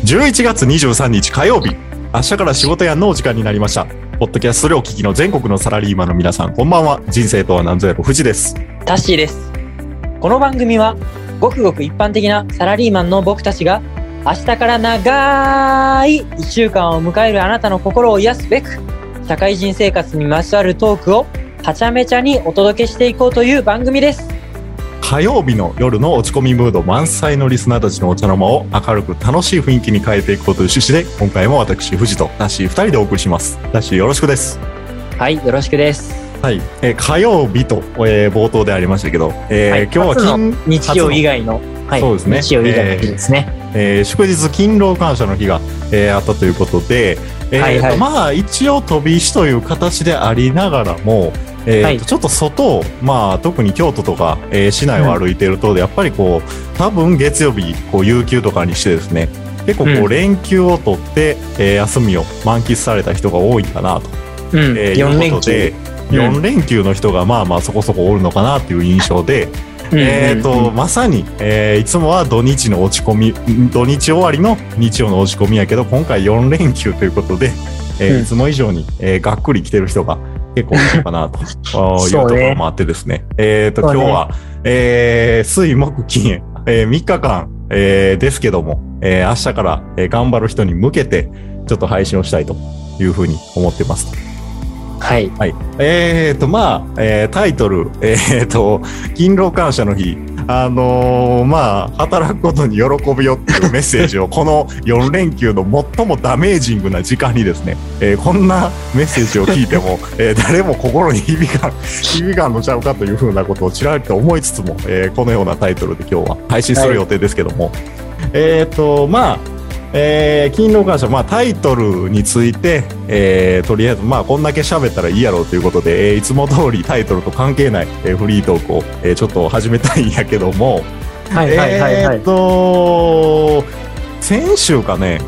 11月23日火曜日、明日から仕事やんのお時間になりました。ポッドキャストでお聞きの全国のサラリーマンの皆さん、こんばんは。人生とは何ぞやろ、藤です。 タッシーです。この番組はごくごく一般的なサラリーマンの僕たちが明日から長い1週間を迎えるあなたの心を癒すべく、社会人生活にまつわるトークをはちゃめちゃにお届けしていこうという番組です。 火曜日の夜の落ち込みムード満載のリスナーたちのお茶の間を明るく楽しい雰囲気に変えていこうという趣旨で、今回も私藤とタッシー2人でお送りします。タッシーよろしくです。 はい、よろしくです。 はい、火曜日と、冒頭でありましたけど、今日は日曜以外の、 そうですね、 日曜以外の日ですね。 祝日勤労感謝の日が、あったということで、まあ一応飛び石という形でありながらも、ちょっと外を、まあ特に京都とか、市内を歩いていると、やっぱりこう多分月曜日こう有給とかにしてですね、結構こう連休を取って、休みを満喫された人が多いかなと、いうことで、4連休の人がまあまあそこそこおるのかなっていう印象で、まさに、いつもは土日の落ち込み、土日終わりの日曜の落ち込みやけど、今回4連休ということで、いつも以上に、がっくり来てる人が結構多いのかなというところもあってですね。今日は、水木金、3日間、ですけども、明日から、頑張る人に向けてちょっと配信をしたいというふうに思ってます。 はい。 はい。まあ、タイトル、勤労感謝の日。まあ、働くことに喜びよっていうメッセージを、この4連休の最もダメージングな時間にですね、こんなメッセージを聞いても、誰も心に響かんのちゃうかというふうなことをちらりと思いつつも、このようなタイトルで今日は配信する予定ですけども、まあ、勤労感謝、まあタイトルについて、とりあえずまあこんだけ喋ったらいいやろうということで、いつも通りタイトルと関係ない、フリートークを、ちょっと始めたいんやけども、先週かね、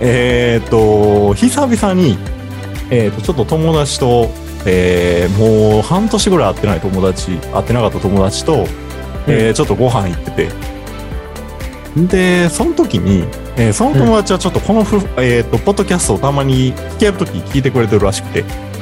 久々に、ちょっと友達と、もう半年ぐらい会ってなかった友達と、ちょっとご飯行ってて、で、その時に、その友達はちょっとこのポッドキャストをたまに聞ける時聞いてくれてるらしくて。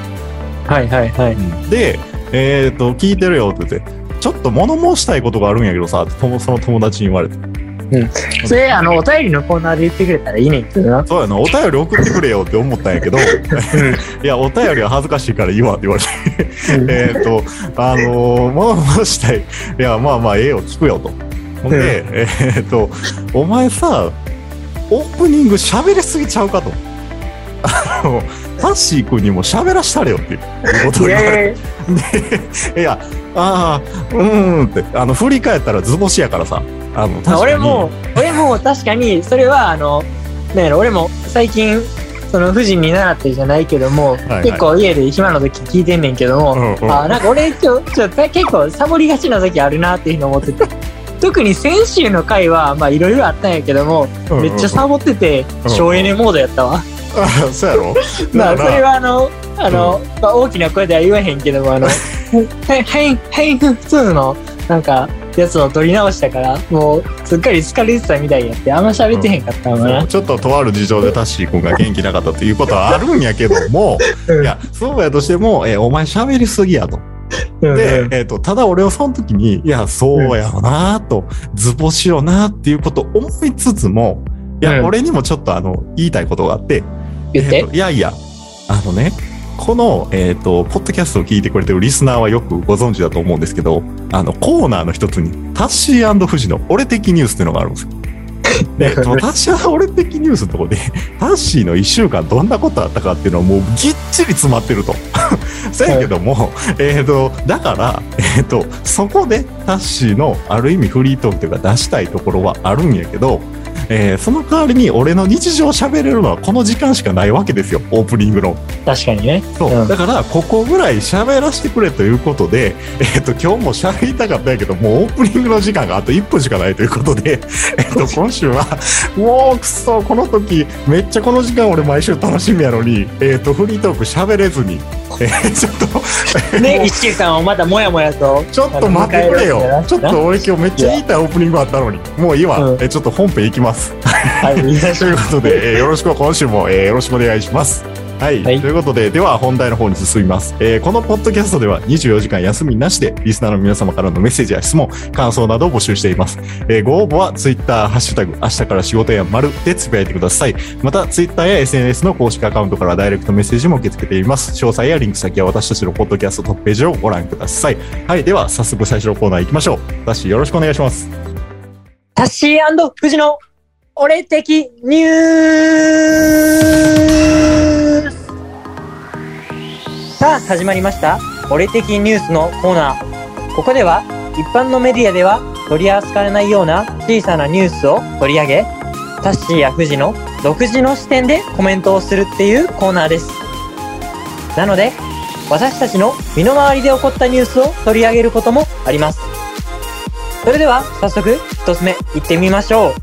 で、聞いてるよって言って、ちょっと物申したいことがあるんやけどさ、その友達に言われて。 それ、お便りのコーナーで言ってくれたらいいねんけどな。 そうやな、お便り送ってくれよって思ったんやけど、いや、お便りは恥ずかしいからいいわって言われて、物申したい。いや、まあまあ、ええよ、聞くよと。ほんで、お前さ、オープニング喋りすぎちゃうかと。タッシー君にも喋らしたれよっていうことを言われて。で、いや、って、振り返ったら図星やからさ。確かに俺も確かに、それは、俺も最近、その婦人に習ってじゃないけども、結構家で暇の時聞いてんねんけども、なんか俺今日、結構サボりがちな時あるなっていうのを思ってて。特に先週の回は、まあいろいろあったんやけども、めっちゃサボってて、省エネモードやったわ。 そうやろまあそれはまあ、大きな声では言わへんけども、普通の、なんか、やつを撮り直したから、もう、すっかり疲れてたみたいやって、あんま喋ってへんかったのかな。 ちょっととある事情でタッシー君が元気なかったということはあるんやけども、いや、そうやとしても、お前喋りすぎやと。で、ただ俺はその時に、いや、そうやろなと、図星よなっていうことを思いつつも、いや、俺にもちょっと言いたいことがあって、 言って。 いや、この、ポッドキャストを聞いてくれてるリスナーはよくご存知だと思うんですけど、コーナーの一つに、タッシー&フジの俺的ニュースっていうのがあるんですよ。で、タッシー&俺的ニュースのところで、タッシーの1週間どんなことあったかっていうのはもうぎっちり詰まってると。そうやけども、だから、そこでタッシーのある意味フリートークというか出したいところはあるんやけど、その代わりに俺の日常を喋れるのはこの時間しかないわけですよ、オープニングの。 確かにね。 そう、だからここぐらい喋らせてくれということで、今日も喋りたかったんやけど、もうオープニングの時間があと1分しかないということで、今週はもうくそ、この時めっちゃこの時間俺毎週楽しみやのに、フリートーク喋れずに、 ちょっと。 ね、一週間をまたもやもやと。 ちょっと待ってくれよ。ちょっと俺今日めっちゃ言いたいオープニングあったのに。もういいわ。ちょっと本編いきます。はい。ということで、よろしく今週もよろしくお願いします。はい、はい、ということで、では本題の方に進みます。このポッドキャストでは24時間休みなしでリスナーの皆様からのメッセージや質問、感想などを募集しています。ご応募はツイッターハッシュタグ明日から仕事や丸でつぶやいてください。またツイッターや SNS の公式アカウントからダイレクトメッセージも受け付けています。詳細やリンク先は私たちのポッドキャストトップページをご覧ください。はい、では早速最初のコーナー行きましょう。タッシーよろしくお願いします。 タッシー&藤の俺的ニュース。さあ始まりました俺的ニュースのコーナー。ここでは一般のメディアでは取り扱わないような小さなニュースを取り上げ、タッシーやフジの独自の視点でコメントをするっていうコーナーです。なので私たちの身の回りで起こったニュースを取り上げることもあります。それでは早速一つ目いってみましょう。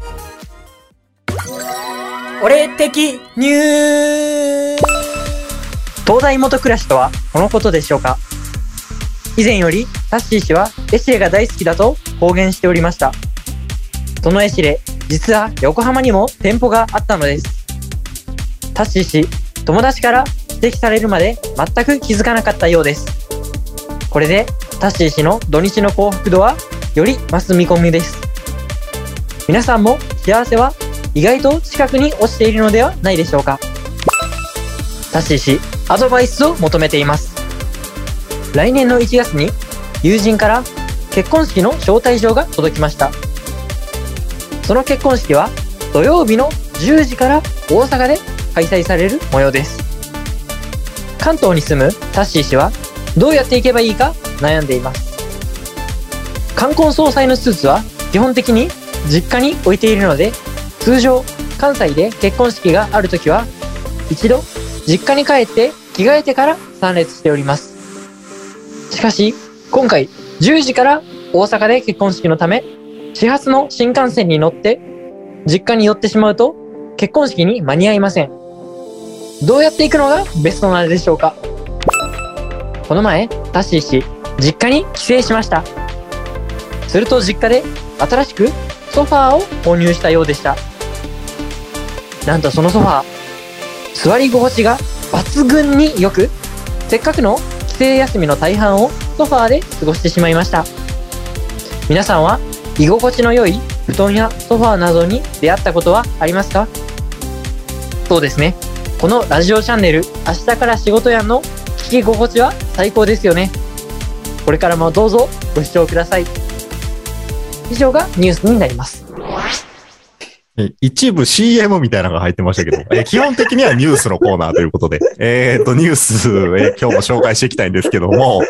俺的ニュース。東大元暮らしとはこのことでしょうか。以前よりタッシー氏はエシレが大好きだと公言しておりました。そのエシレ、実は横浜にも店舗があったのです。タッシー氏、友達から指摘されるまで全く気づかなかったようです。これでタッシー氏の土日の幸福度はより増す見込みです。皆さんも幸せは意外と近くに落ちているのではないでしょうか。タッシー氏、アドバイスを求めています。来年の1月に友人から結婚式の招待状が届きました。その結婚式は土曜日の10時から大阪で開催される模様です。関東に住むタッシー氏はどうやっていけばいいか悩んでいます。冠婚葬祭のスーツは基本的に実家に置いているので、通常関西で結婚式があるときは一度実家に帰って着替えてから参列しております。しかし今回10時から大阪で結婚式のため始発の新幹線に乗って実家に寄ってしまうと結婚式に間に合いません。どうやって行くのがベストなのでしょうか。この前タッシー氏、実家に帰省しました。すると実家で新しくソファーを購入したようでした。なんとそのソファー、座り心地が抜群に良く、せっかくの帰省休みの大半をソファーで過ごしてしまいました。皆さんは居心地の良い布団やソファーなどに出会ったことはありますか？そうですね。このラジオチャンネル、明日から仕事やんの聞き心地は最高ですよね。これからもどうぞご視聴ください。以上がニュースになります。 一部 CM みたいなのが入ってましたけど、基本的にはニュースのコーナーということで、ニュース、今日も紹介していきたいんですけども、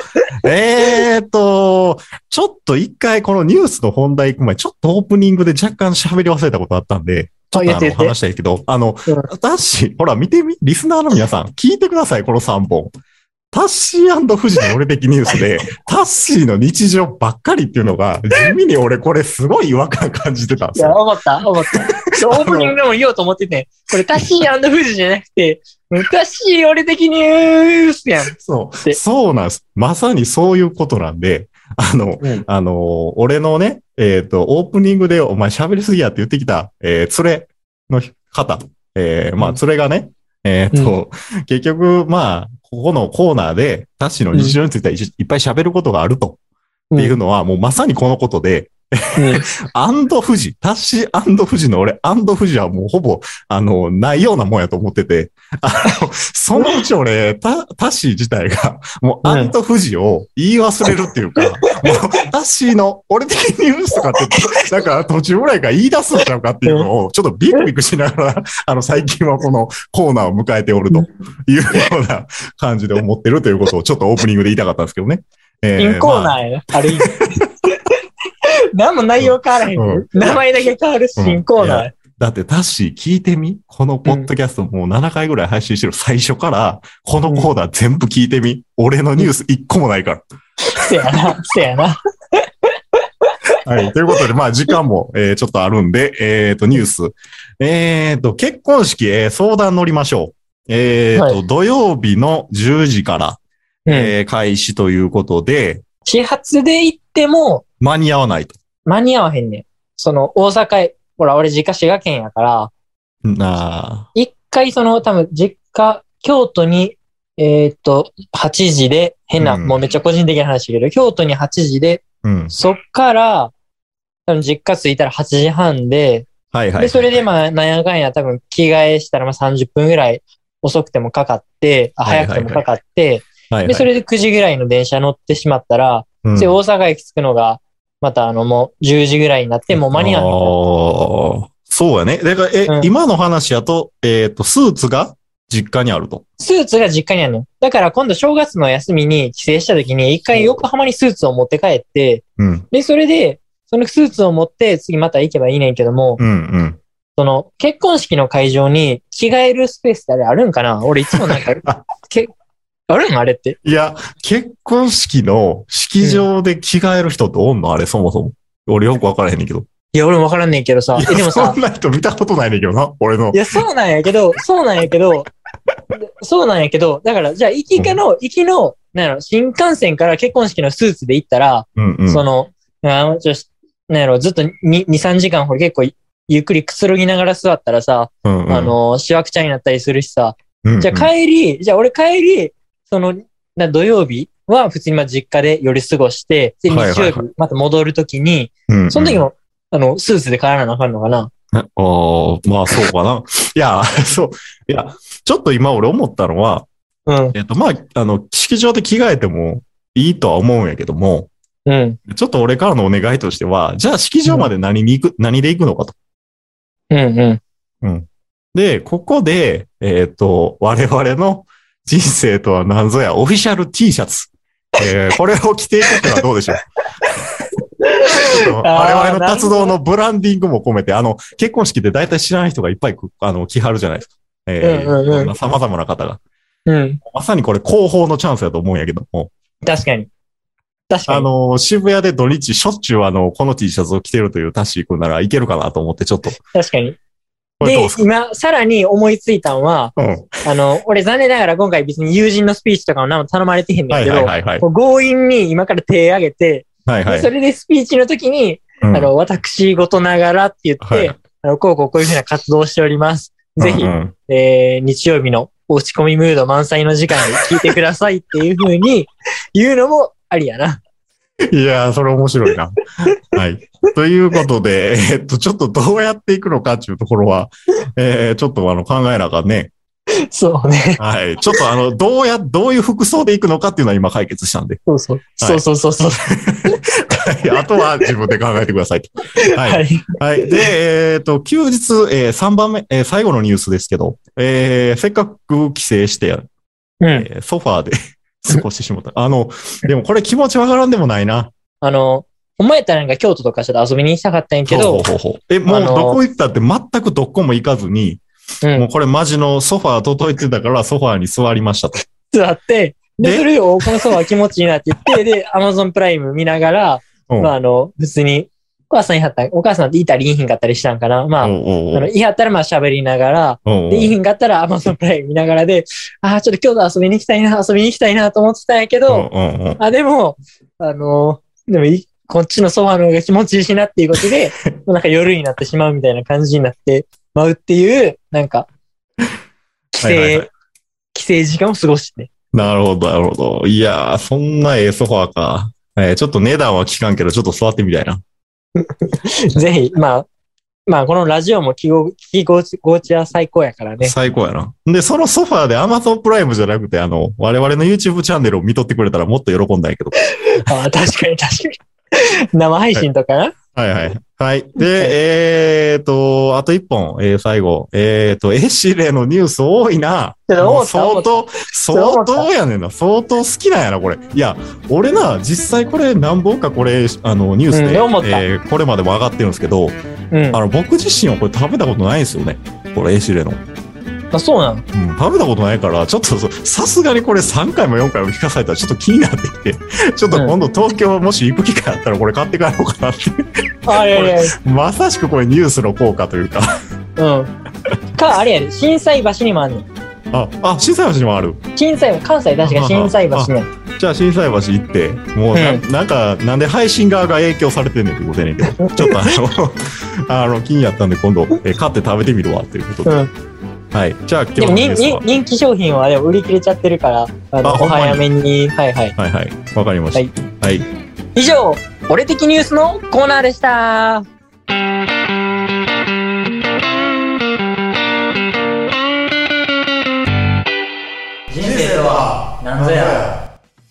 ちょっと一回このニュースの本題行く前、ちょっとオープニングで若干喋り忘れたことあったんで、ちょっと話したいけど、私、ほら見てみ、リスナーの皆さん、聞いてください、この3本。タッシー&フジの俺的ニュースで、タッシーの日常ばっかりっていうのが、地味に俺これすごい違和感感じてたんですよ。 いや、思った。オープニングでも言おうと思ってて、これタッシー&フジじゃなくて、タッシー俺的ニュースやん。 そうなんです。まさにそういうことなんで、俺のね、オープニングでお前喋りすぎやって言ってきた、連れの方、連れがね、結局、ここのコーナーでタッシーの日常についていっぱい喋ることがあると。っていうのは、もうまさにこのことで、アンドフジ、タッシー&フジの俺、アンドフジはもうほぼ、ないようなもんやと思ってて、そのうち俺、タッシー自体が、もうアンドフジを言い忘れるっていうか、もうタッシーの俺的ニュースとかって、なんか途中ぐらいから言い出すんちゃうかっていうのを、ちょっとビクビクしながら、最近はこのコーナーを迎えておるというような感じで思ってるということをちょっとオープニングで言いたかったんですけどね。 新コーナーや、ある意味。何も内容変わらへん。名前だけ変わる新コーナー。 だってタッシー聞いてみ？このポッドキャストもう7回ぐらい配信してる最初から、このコーナー全部聞いてみ。俺のニュース1個もないから。 せやな。 はい。ということで、時間も、ちょっとあるんで、ニュース。結婚式、相談乗りましょう。土曜日の10時から、 開始ということで。 始発で行っても、 間に合わないと。 間に合わへんねん。その、大阪へ、ほら、俺実家滋賀県やから、一回多分実家、京都に、8時で、もうめっちゃ個人的な話だけど、京都に8時で、そっから、多分実家着いたら8時半で、で、それでなんやかんや多分着替えしたら30分ぐらい遅くてもかかって、早くてもかかって、で、それで9時ぐらいの電車乗ってしまったら、大阪駅着くのが、またもう10時ぐらいになって、もう間に合わない。 そうやね。だから、今の話やと、スーツが実家にあると。 スーツが実家にあるの。だから今度正月の休みに帰省した時に、一回横浜にスーツを持って帰って、で、それで、そのスーツを持って次また行けばいいねんけども、その結婚式の会場に着替えるスペースってあるんかな？俺いつもなんか、あるんあれって。 いや、結婚式の式場で着替える人っておんのあれ、そもそも。俺よくわからへんねんけど。 いや、俺もわからんねんけどさ。 でもさ。そんな人見たことないねんけどな、俺の。 いや、そうなんやけど、だから、じゃあ、行きの、なんやろ、新幹線から結婚式のスーツで行ったら、その、なんやろ、ずっと2、3時間ほど結構ゆっくりくつろぎながら座ったらさ、しわくちゃになったりするしさ、じゃあ俺帰り、その、土曜日は普通に実家で夜過ごして、で、日曜日また戻るときに、その時も、スーツで帰らなあかんのかな？ まあそうかな。いや、そう。いや、ちょっと今俺思ったのは、式場で着替えてもいいとは思うんやけども、ちょっと俺からのお願いとしては、じゃあ式場まで何で行くのかと。で、ここで、我々の人生とは何ぞやオフィシャル T シャツ。これを着ていくってのはどうでしょう？我々の活動のブランディングも込めて、結婚式で大体知らない人がいっぱい着はるじゃないですか。様々な方が。まさにこれ広報のチャンスだと思うんやけども。 確かに。 渋谷で土日しょっちゅうこの T シャツを着てるというタッシー君ならいけるかなと思ってちょっと。 確かに。で、今、さらに思いついたのは、俺残念ながら今回別に友人のスピーチとかも何も頼まれてへんねんけど、強引に今から手挙げて、それでスピーチの時に、私事ながらって言って、こういうふうな活動をしております。ぜひ、日曜日の落ち込みムード満載の時間に聞いてくださいっていうふうに言うのもありやな。 いやー、それ面白いな。はい。ということで、ちょっとどうやっていくのかっていうところは、ちょっと考えなあかんね。 そうね。 はい。ちょっとどういう服装でいくのかっていうのは今解決したんで。 そう。 あとは自分で考えてくださいと。はい。はい。で、休日、3番目、最後のニュースですけど、せっかく帰省して、ソファーで過ごしてしまった。でもこれ気持ちわからんでもないな。 お前やったらなんか京都とかちょっと遊びに行きたかったんやけど。 もうどこ行ったって全くどこも行かずに、もうこれマジのソファー届いてたからソファーに座りましたと。 座って、で、それをこのソファー気持ちいいなって言って、で、Amazon プライム見ながら、普通に、お母さんっていたりいいひんかったりしたんかな。いはったら喋りながら、で、いいひんかったら Amazon プライム見ながらで、ちょっと京都遊びに行きたいなと思ってたんやけど、でも、こっちのソファーの方が気持ちいいしなっていうことで、なんか夜になってしまうみたいな感じになってまうっていう、なんか、帰省時間を過ごしてね。 なるほど。いやー、そんなソファーか。ちょっと値段は聞かんけど、ちょっと座ってみたいな。 ぜひ、このラジオも聞き心地は最高やからね。 最高やな。で、そのソファーで Amazon プライムじゃなくて、我々の YouTube チャンネルを見とってくれたらもっと喜んだんやけど。 確かに。生配信とかな。 はい。で、あと一本、最後。エシレのニュース多いな。相当やねんな。相当好きなんやな、これ。いや、俺な、実際これ何本かこれ、ニュースで、これまでも上がってるんですけど、僕自身はこれ食べたことないんですよね。これエシレの。 そうなの？ 食べたことないから、ちょっとさすがにこれ3回も4回も聞かされたらちょっと気になってきて、ちょっと今度東京もし行く機会あったらこれ買って帰ろうかなって。まさしくこれニュースの効果というか。 あれやで、心斎橋にもあるの。 心斎橋にもある。 関西確か心斎橋ね。 じゃあ心斎橋行って、もうなんで配信側が影響されてんねんってことやねんけど、ちょっと気になったんで今度、買って食べてみるわっていうことで。はい。じゃあ今日のニュースは人気商品はでも売り切れちゃってるから、お早めに。はいはい。 はいはい。わかりました。はい。 以上、俺的ニュースのコーナーでした。人生とは何ぞや。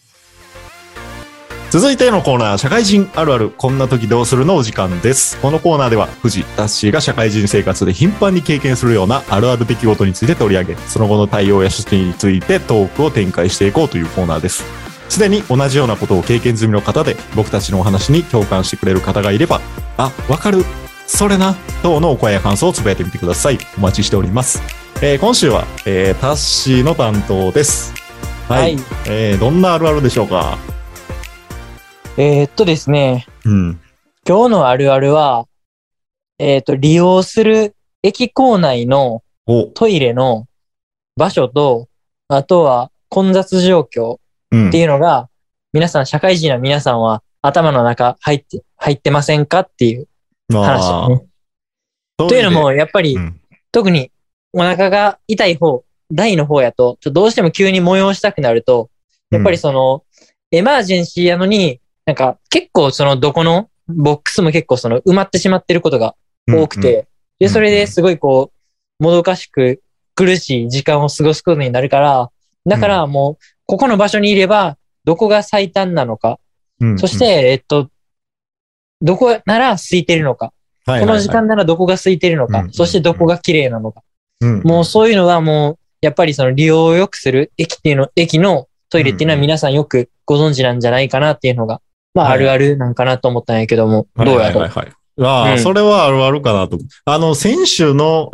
続いてのコーナー、社会人あるあるこんな時どうするのお時間です。このコーナーでは藤タッシーが社会人生活で頻繁に経験するようなあるある出来事について取り上げ、その後の対応や処置についてトークを展開していこうというコーナーです。すでに同じようなことを経験済みの方で、僕たちのお話に共感してくれる方がいれば、あ、わかる、それな、等のお声や感想をつぶやいてみてください。お待ちしております。今週は、タッシーの担当です。はい。どんなあるあるでしょうか？ ですね。今日のあるあるは、利用する駅構内のトイレの場所と、あとは混雑状況っていうのが、皆さん、社会人の皆さんは頭の中入ってませんかっていう話だね。というのも、やっぱり、特にお腹が痛い方、大の方やと、どうしても急に催したくなると、やっぱりエマージェンシーやのに、なんか結構どこのボックスも結構埋まってしまってることが多くて、で、それですごいもどかしく苦しい時間を過ごすことになるから、だからもう、ここの場所にいれば、どこが最短なのか、そして、どこなら空いてるのか、この時間ならどこが空いてるのか、そしてどこが綺麗なのか、もうそういうのはもう、やっぱり利用を良くする駅のトイレっていうのは皆さんよくご存知なんじゃないかなっていうのが、まあ、あるあるなんかなと思ったんやけども、どうやろう。 それはあるあるかなと。先週の、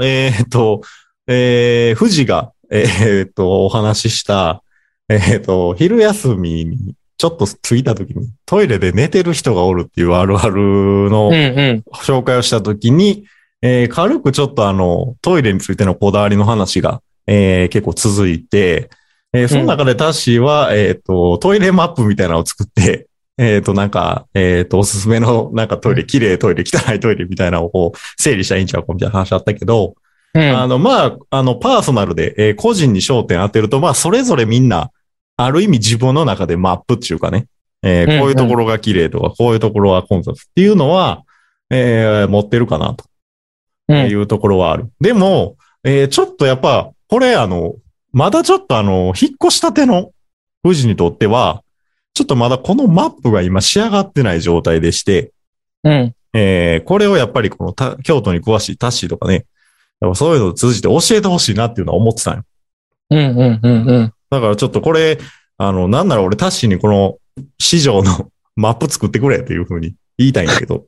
富士が、お話しした、昼休みにちょっと過ぎた時にトイレで寝てる人がおるっていうあるあるの紹介をした時に、軽くちょっとトイレについてのこだわりの話が、結構続いて、その中でタッシーは、トイレマップみたいなのを作って、おすすめの、トイレ、綺麗トイレ、汚いトイレみたいなのを整理したらいいんちゃうかみたいな話あったけど、パーソナルで、個人に焦点当てると、それぞれみんな、ある意味自分の中でマップっていうかね、こういうところが綺麗とか、こういうところは混雑っていうのは、持ってるかなというところはある。でも、ちょっとやっぱ、これまだちょっと引っ越したての富士にとっては、ちょっとまだこのマップが今仕上がってない状態でして、これをやっぱり京都に詳しいタッシーとかね、そういうのを通じて教えてほしいなっていうのは思ってたんよ。だからちょっとこれ、なんなら俺タッシーにこの市場のマップ作ってくれっていう風に言いたいんだけど。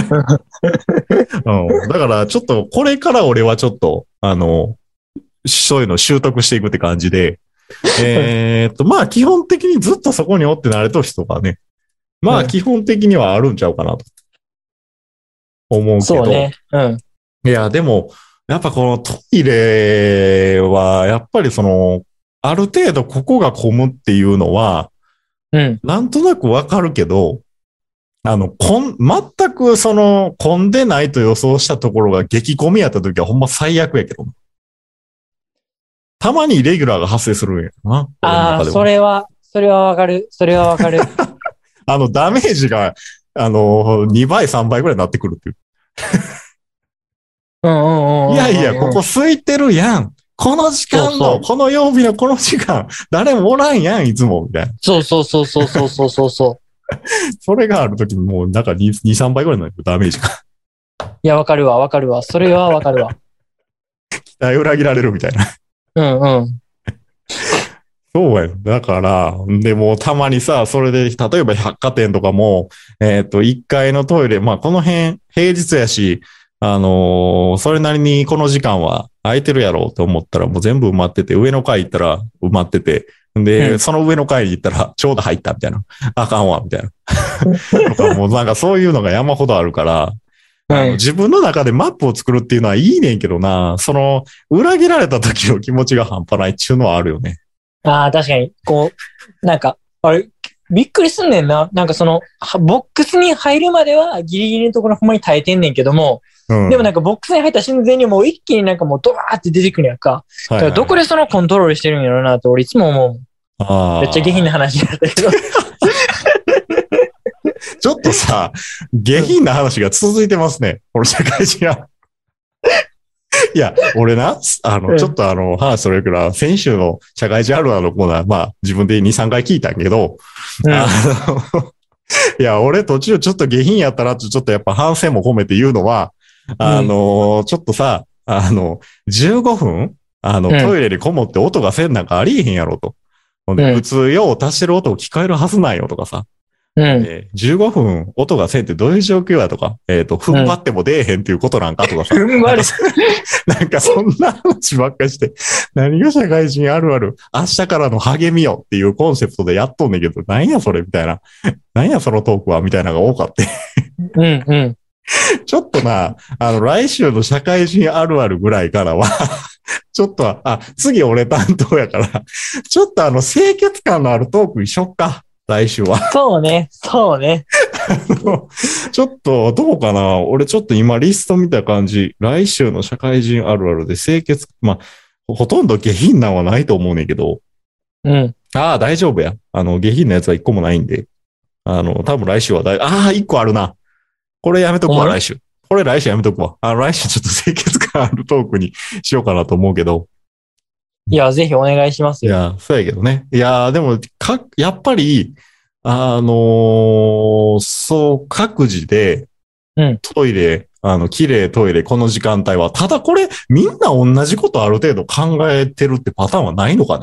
だからちょっとこれから俺はちょっと、そういうのを習得していくって感じで、基本的にずっとそこにおって慣れと人がね、基本的にはあるんちゃうかなと思うけど。 そうね。 いや、でも、やっぱこのトイレは、やっぱりある程度ここが混むっていうのは、なんとなくわかるけど、全く混んでないと予想したところが激混みやった時はほんま最悪やけど。たまにイレギュラーが発生するんやな。 ああ、それはわかる。それはわかる。 ダメージが、2倍、3倍ぐらいになってくるっていう。いやいや、ここ空いてるやん。この時間の、この曜日のこの時間、誰もおらんやん、いつも、みたいな。 そう。 それがあるときにもう2、3倍ぐらいになるダメージが。 いや、わかるわ。それはわかるわ。 期待裏切られるみたいな。そうやん。だから、でもたまにさ、それで、例えば百貨店とかも、1階のトイレ、この辺、平日やし、それなりにこの時間は空いてるやろうと思ったらもう全部埋まってて、上の階行ったら埋まってて、で、その上の階に行ったらちょうど入ったみたいな。あかんわ、みたいな。とかもうそういうのが山ほどあるから、自分の中でマップを作るっていうのはいいねんけどな、裏切られた時の気持ちが半端ないっていうのはあるよね。 ああ、確かに。 あれ、びっくりすんねんな。なんかその、ボックスに入るまではギリギリのところほんまに耐えてんねんけども、でもなんかボックスに入った瞬間にもう一気になんかもうドワーって出てくるやんか。だからどこでそのコントロールしてるんやろうなって俺いつも思う。めっちゃ下品な話だったけど。 ちょっとさ、下品な話が続いてますね。この社会人は。いや、俺な、ちょっと話それから、先週の社会人あるあるのコーナー、まあ、自分で2、3回聞いたんけど、いや、俺途中ちょっと下品やったなって、ちょっとやっぱ反省も込めて言うのは、ちょっとさ、15分トイレにこもって音がせんなんかありえへんやろと。ほんで、普通用を足してる音を聞こえるはずなんよとかさ。15分音がせんってどういう状況やとか、踏ん張っても出えへんっていうことなんかとかさ。 踏ん張る。 なんかそんな話ばっかりして、何が社会人あるある、明日からの励みよっていうコンセプトでやっとんねんけど、何やそれみたいな。何やそのトークはみたいなのが多かって。ちょっとな、来週の社会人あるあるぐらいからは、ちょっと、次俺担当やから、ちょっと清潔感のあるトークにしよっか。来週は。 そうね。 ちょっと、どうかな俺ちょっと今リスト見た感じ、来週の社会人あるあるで清潔、まあ、ほとんど下品なんはないと思うねんけど。大丈夫や。下品なやつは一個もないんで。多分来週は一個あるな。これやめとくわ、来週。これ来週やめとくわ。来週ちょっと清潔感あるトークにしようかなと思うけど。 いや、ぜひお願いしますよ。 いや、そうやけどね。いや、でも、やっぱり、各自で、トイレ、綺麗トイレ、この時間帯は、ただこれ、みんな同じことある程度考えてるってパターンはないのかね。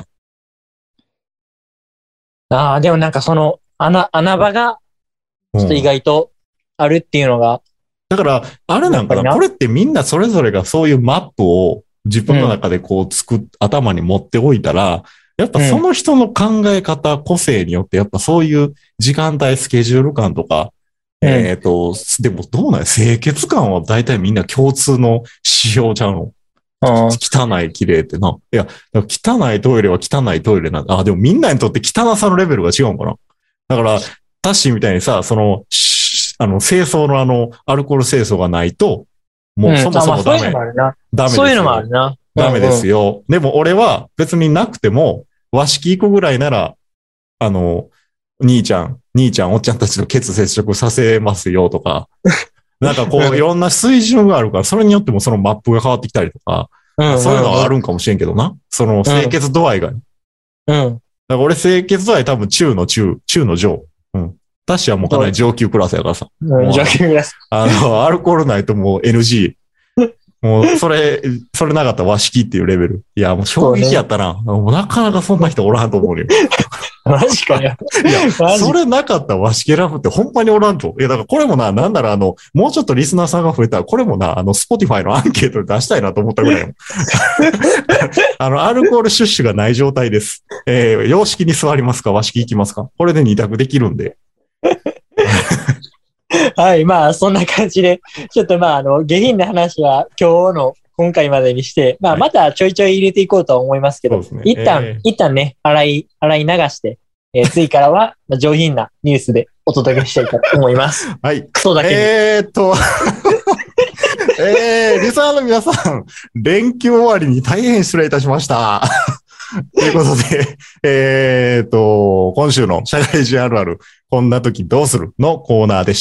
でもなんかその、穴場が、ちょっと意外とあるっていうのが。 だから、あれなんかな、これってみんなそれぞれがそういうマップを、自分の中でこう頭に持っておいたら、やっぱその人の考え方、個性によって、やっぱそういう時間帯、スケジュール感とか、でもどうなんや清潔感は大体みんな共通の指標ちゃうの。汚い、綺麗ってな。いや、汚いトイレは汚いトイレなんだ。でもみんなにとって汚さのレベルが違うんかな。だから、タッシーみたいにさ、清掃のアルコール清掃がないと、もうそもそもダメ。 そういうのもあるな。 ダメですよ。でも俺は別になくても、和式行くぐらいなら、兄ちゃん、おっちゃんたちとケツ接触させますよとか、なんかこういろんな水準があるから、それによってもそのマップが変わってきたりとか、そういうのはあるんかもしれんけどな。その清潔度合いが。だから俺清潔度合い多分中の上。タッシーはもうかなり上級クラスやからさ。 上級クラス。 アルコールないともう NG。もう、それなかったら和式っていうレベル。いや、もう衝撃やったな。もうなかなかそんな人おらんと思うよ。 マジかよ。 いや、それなかったら和式選ぶってほんまにおらんと。いや、だからこれもなんならもうちょっとリスナーさんが増えたら、これもな、Spotify のアンケートで出したいなと思ったぐらいよ。アルコール摂取がない状態です。洋式に座りますか和式行きますかこれで2択できるんで。 はい、まあ、そんな感じで、ちょっとまあ、下品な話は今回までにして、まあ、またちょいちょい入れていこうとは思いますけど、一旦ね、洗い流して、次からは上品なニュースでお届けしたいと思います。 はい。 クソだけに。 リスナーの皆さん、連休終わりに大変失礼いたしました。ということで、今週の社会人あるある、こんな時どうするのコーナーでした。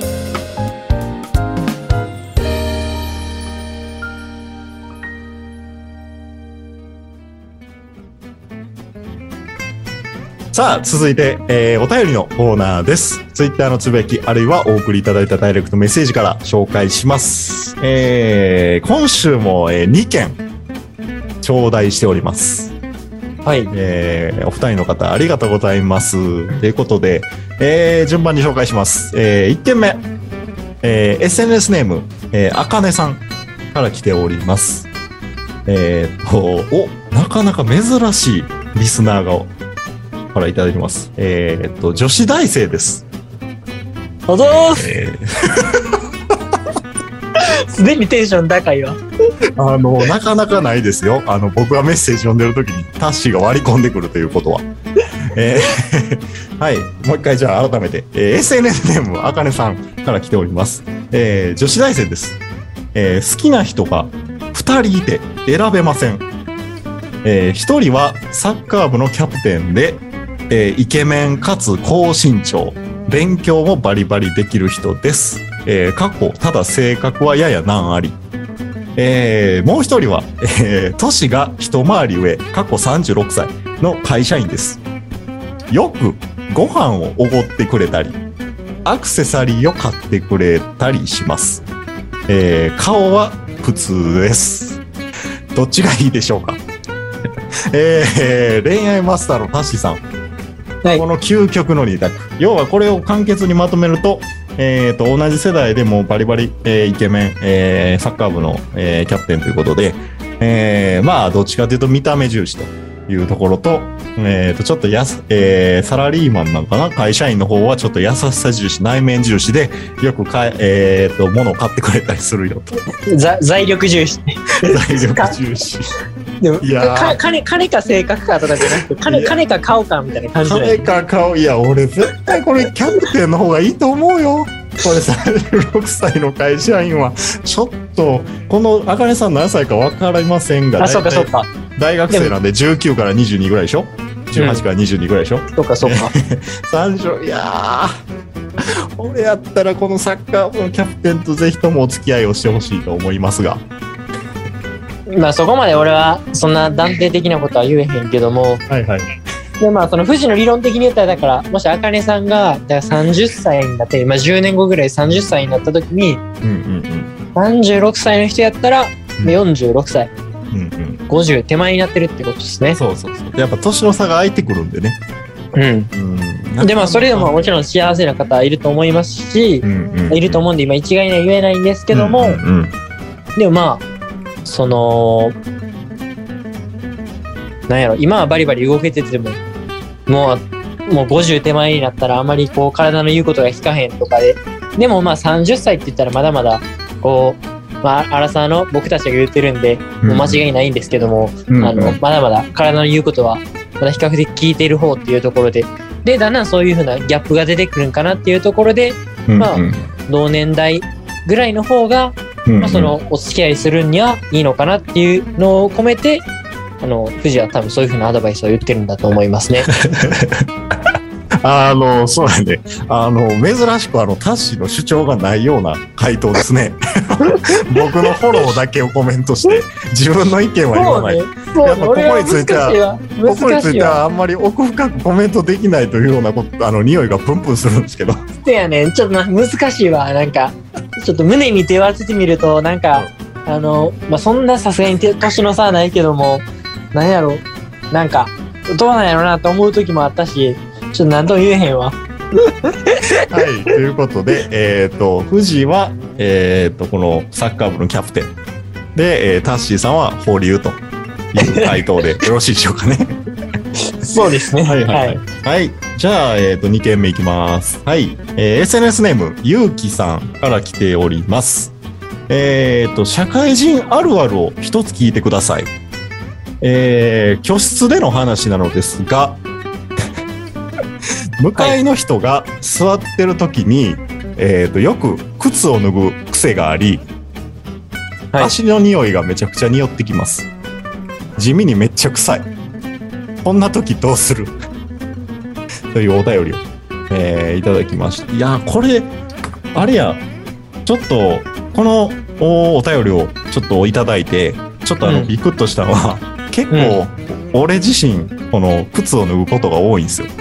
さあ、続いて、お便りのコーナーです。ツイッターのつぶやき、あるいはお送りいただいたダイレクトメッセージから紹介します。今週も、2件、頂戴しております。 はい。 お二人の方ありがとうございます。ということで、順番に紹介します。1件目、SNS ネーム、あかねさんから来ております。なかなか珍しいリスナーがからいただきます。女子大生です。 どうぞすでにテンション高いわ。 なかなかないですよ。僕がメッセージ読んでる時にタッシーが割り込んでくるということは。 はい。もう一回じゃあ改めて、SNS ネーム、あかねさんから来ております。女子大生です。好きな人が2人いて選べません。1人はサッカー部のキャプテンで、イケメンかつ高身長。勉強もバリバリできる人です。ただ性格はやや難あり。もう一人は、年が一回り上、36歳の会社員です。よくご飯をおごってくれたり、アクセサリーを買ってくれたりします。顔は普通です。どっちがいいでしょうか。恋愛マスターのタッシーさん。はい、この究極の2択。要はこれを簡潔にまとめると、同じ世代でもバリバリ、イケメン、サッカー部の、キャプテンということで、まあどっちかというと見た目重視というところと、ちょっとサラリーマンなのかな、会社員の方はちょっと優しさ重視、内面重視でよく物を買ってくれたりするよと。 財力重視。 財力重視。 でも金か性格かとかじゃなくて金か顔かみたいな感じで。 金か顔、いや俺絶対これキャプテンの方がいいと思うよ。これ36歳の会社員はちょっとこのあかねさん何歳か分かりませんが、 あ、そうかそうか、 大学生なんで19から22ぐらいでしょ。18から22ぐらいでしょ。 そうかそうか。 30、いやー、俺やったらこのサッカー部のキャプテンとぜひともお付き合いをしてほしいと思いますが。 まあそこまで俺はそんな断定的なことは言えへんけども、 はいはい。 でまあその富士の理論的に言ったら、だからもしあかねさんがだから30歳になって、まあ10年後ぐらい30歳になった時に、36歳の人やったら46歳、50手前になってるってことですね。 そうそうそう。やっぱ年の差が空いてくるんでね。 でまあそれでももちろん幸せな方いると思いますし、いると思うんで今一概には言えないんですけども、でもまあそのなんやろ、今はバリバリ動けててももう50手前になったらあまりこう体の言うことが聞かへんとかでもまあ30歳って言ったらまだまだこう、まあ、アラサーの僕たちが言ってるんでもう間違いないんですけども、まだまだ体の言うことはまだ比較的聞いている方っていうところでだんだんそういう風なギャップが出てくるんかなっていうところで、まあ同年代ぐらいの方がまあ、そのお付き合いするにはいいのかなっていうのを込めて富士は多分そういう風なアドバイスを言ってるんだと思いますね。 そうだね。珍しくタッシーの主張がないような回答ですね。僕のフォローだけをコメントして自分の意見は言わない。やっぱここについてはあんまり奥深くコメントできないというような匂いがプンプンするんですけど。 そうやね。ちょっと難しいわ。なんかちょっと胸に手を当ててみるとなんかまあ、そんなさすがに年の差はないけども、なんやろ、なんかどうなんやろなと思う時もあったし、ちょっと何とも言えへんわ。 はい、ということで、富士は、このサッカー部のキャプテンで、タッシーさんは保留という回答でよろしいでしょうかね。 そうですね。 はいはい、はいはい、じゃあ、2件目いきます。はい、SNS ネームゆうきさんから来ております。社会人あるあるを一つ聞いてください。居室での話なのですが、向かいの人が座ってる時に、よく靴を脱ぐ癖があり、はい、足の匂いがめちゃくちゃ匂ってきます。地味にめっちゃ臭い。こんな時どうするというお便りを、いただきました。いやこれあれや、ちょっとこのお便りをちょっといただいてちょっとビクッとしたのは、結構、俺自身この靴を脱ぐことが多いんですよ。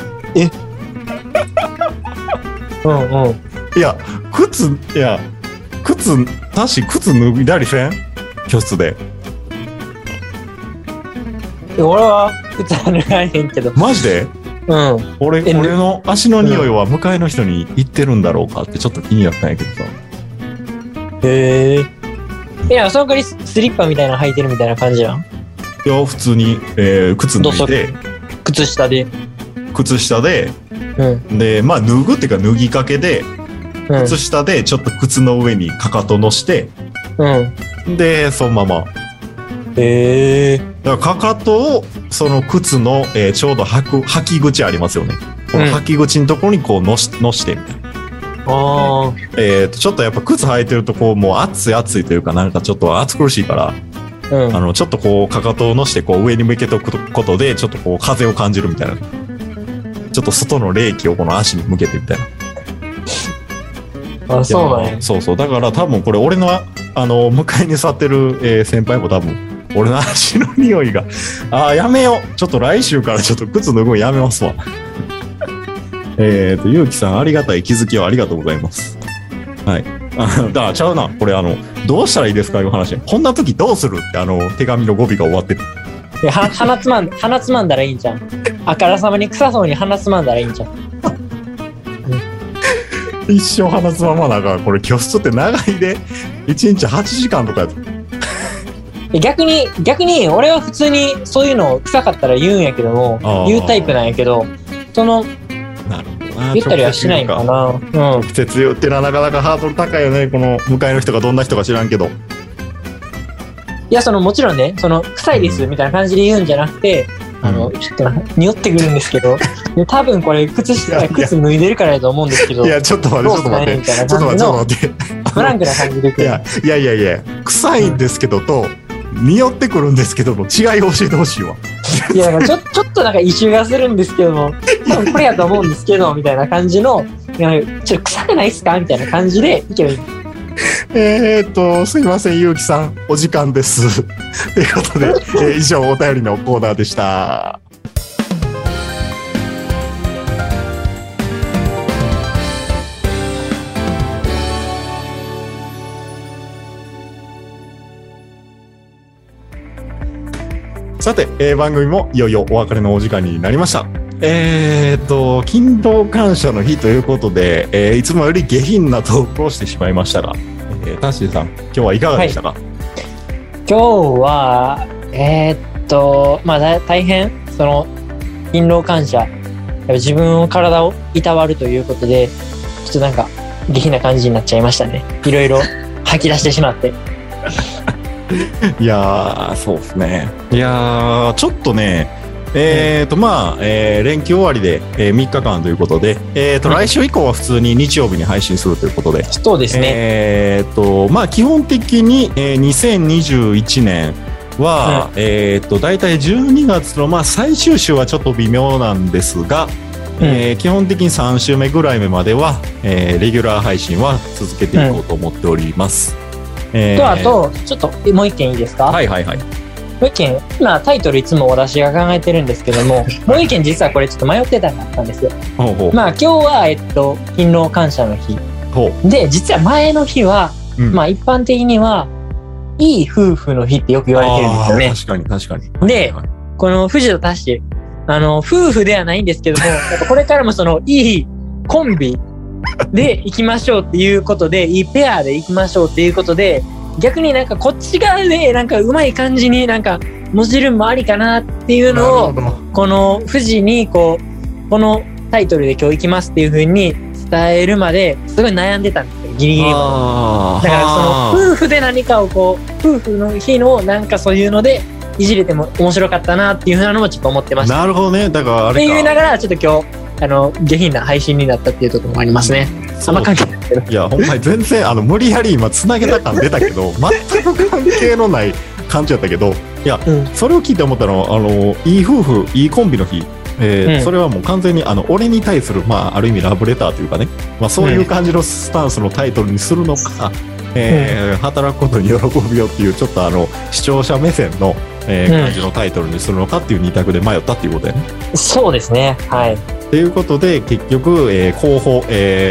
いや靴靴脱いだりせん？居室で。 俺は靴は脱がへんけど。 マジで？俺の足の匂いは向かいの人に言ってるんだろうかってちょっと気になったんやけどさ。 へえ。いや、その代わりスリッパみたいなの履いてるみたいな感じなん？いや、普通に、靴脱いで、 靴下で、 で、まあ脱ぐっていうか脱ぎかけで、靴下でちょっと靴の上にかかと乗して、でそのまま。 だからかかとをその靴の、ちょうど履き口ありますよね。この履き口のところにこうのしてみたいな。ちょっとやっぱ靴履いてるとこうもう暑いというかなんかちょっと暑苦しいから、ちょっとこうかかとをのしてこう上に向けておくことでちょっとこう風を感じるみたいな。ちょっと外の冷気をこの足に向けてみたいな。 そうなんや。 そうだから多分これ俺の向かいに座ってる、先輩も多分俺の足の匂いがやめよう、ちょっと来週からちょっと靴脱ぐのやめますわ。ゆうきさんありがたい気づきをありがとうございます。はい。だからちゃうな、これどうしたらいいですかいう話。こんな時どうするって手紙の語尾が終わってる。 鼻つまんだらいいんじゃん。あからさまに臭そうに鼻つまんだらいいんじゃん。 一生鼻つままながら、これ教室って長いで1日8時間とかやつ。 逆に俺は普通にそういうの臭かったら言うんやけども、言うタイプなんやけど、 なるほどな、 言ったりはしないんかな。 直接言ってのはなかなかハードル高いよね。この向かいの人がどんな人か知らんけど。 いや、もちろんね、臭いですみたいな感じで言うんじゃなくて、ちょっと匂ってくるんですけど、多分これ靴脱いでるからだと思うんですけど。 いや、ちょっと待って。 フランクな感じで来る。 いや、臭いんですけどと、匂ってくるんですけどの違いを教えてほしいわ。 いや、ちょっとなんか異臭がするんですけども、多分これやと思うんですけど、みたいな感じの、ちょっと臭くないっすかみたいな感じでいけばいい。 すいません、ゆうきさん、お時間です。ということで、以上、お便りのコーナーでした。さて、番組もいよいよお別れのお時間になりました。勤労感謝の日ということで、いつもより下品なトークをしてしまいましたが、タッシーさん、今日はいかがでしたか？はい、 今日は、大変、勤労感謝、自分の体をいたわるということで、ちょっとなんか、下品な感じになっちゃいましたね。いろいろ吐き出してしまって。 いやー、そうですね。いやー、ちょっとね、連休終わりで、3日間ということで、来週以降は普通に日曜日に配信するということで。 そうですね。 基本的に、2021年は、だいたい12月の、最終週はちょっと微妙なんですが、基本的に3週目ぐらいまでは、レギュラー配信は続けていこうと思っております。 あと、ちょっともう一件いいですか？はい。もう一件、今タイトルいつも私が考えてるんですけども、もう一件実はこれちょっと迷ってたのがあったんですよ。今日は、勤労感謝の日。で、実は前の日は、一般的には、いい夫婦の日ってよく言われてるんですよね。 確かに。 で、この藤田タッシー、夫婦ではないんですけども、やっぱこれからもいいコンビ、で行きましょうっていうことで、いいペアで行きましょうっていうことで、逆になんかこっち側でなんかうまい感じになんかもじるんもありかなっていうのを、この富士にこのタイトルで今日行きますっていう風に伝えるまですごい悩んでたんですよ、ギリギリまで。だから夫婦で何かを夫婦の日のなんかそういうのでいじれても面白かったなっていう風なのもちょっと思ってました。 なるほどね。だからあれか。って言いながらちょっと今日下品な配信になったっていうところもありますね。あんま関係ないけど。 いや、ほんまに全然、無理やり今繋げた感出たけど、全く関係のない感じだったけど、いや、それを聞いて思ったのは、いい夫婦、いいコンビの日、それはもう完全に、俺に対する、ある意味ラブレターというかね、そういう感じのスタンスのタイトルにするのか、働くことに喜びをっていう、ちょっと視聴者目線の、感じのタイトルにするのかっていう二択で迷ったっていうことだよね。 そうですね。はい。 ということで結局、後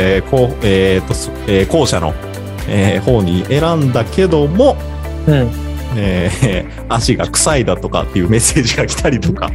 者の、方に選んだけども、足が臭いだとかっていうメッセージが来たりとか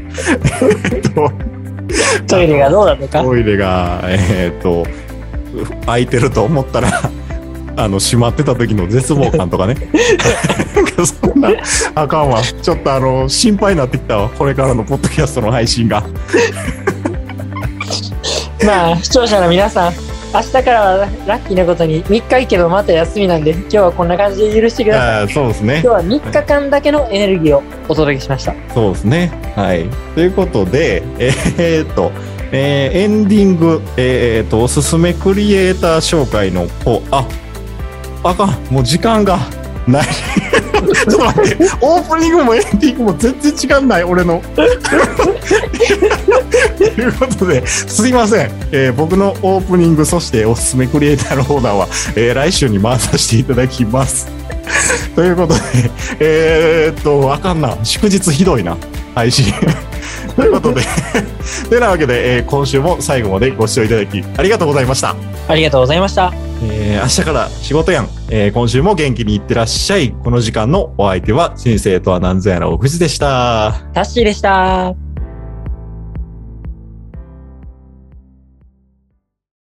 トイレがどうだとか、 トイレが空いてると思ったら閉まってた時の絶望感とかねそんなあかんわ。ちょっと心配になってきたわ、これからのポッドキャストの配信が視聴者の皆さん、 明日からはラッキーなことに3日行けばまた休みなんで、今日はこんな感じで許してください。 そうですね。 今日は3日間だけのエネルギーをお届けしました。 そうですね。はい。ということで、エンディング、おすすめクリエイター紹介の方、あかん、もう時間がない。ちょっと待って、オープニングもエンディングも全然時間ない、俺の。ということで、すいません。僕のオープニング、そしておすすめクリエイターのオーダーは、来週に回させていただきます。ということで、あかんな。祝日ひどいな。配信。ということで、てなわけで、今週も最後までご視聴いただきありがとうございました。 ありがとうございました。 明日から仕事やん。今週も元気にいってらっしゃい。この時間のお相手は、人生とは何ぞやらお藤でした。 タッシーでした。